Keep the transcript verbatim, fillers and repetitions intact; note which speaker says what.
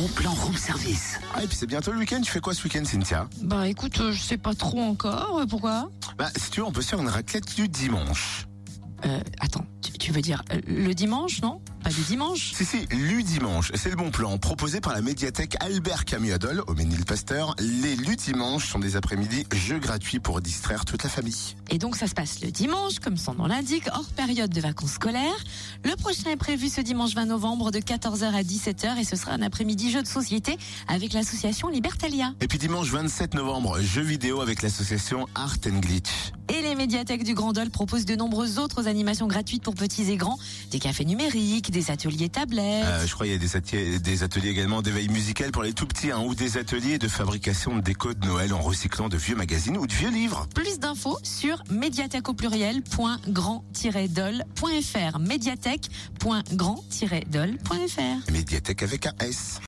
Speaker 1: bon plan room service.
Speaker 2: Ah, et puis c'est bientôt le week-end. Tu fais quoi ce week-end, Cynthia?
Speaker 3: Bah écoute, euh, je sais pas trop encore. euh, Pourquoi?
Speaker 2: Bah, si tu veux, on peut se faire une raclette du dimanche.
Speaker 3: Euh, attends, tu, tu veux dire euh, le dimanche, non? Pas du dimanche?
Speaker 2: Si, si, lu dimanche. C'est le bon plan. Proposé par la médiathèque Albert Camus Adol au Ménil-Pasteur. Les lus dimanche sont des après-midi jeux gratuits pour distraire toute la famille.
Speaker 3: Et donc ça se passe le dimanche, comme son nom l'indique, hors période de vacances scolaires. Le prochain est prévu ce dimanche vingt novembre de quatorze heures à dix-sept heures et ce sera un après-midi jeu de société avec l'association Libertalia.
Speaker 2: Et puis dimanche vingt-sept novembre, jeux vidéo avec l'association Art and Glitch.
Speaker 3: Et les médiathèques du Grand Dol proposent de nombreuses autres animations gratuites pour petits et grands, des cafés numériques, des ateliers tablettes.
Speaker 2: Euh, je crois qu'il y a des ateliers, des ateliers également d'éveil musical pour les tout petits, hein, ou des ateliers de fabrication de déco de Noël en recyclant de vieux magazines ou de vieux livres.
Speaker 3: Plus d'infos sur médiathèque au pluriel point grand tiret dol point fr médiathèque point grand tiret dol point fr.
Speaker 2: Médiathèque avec un S.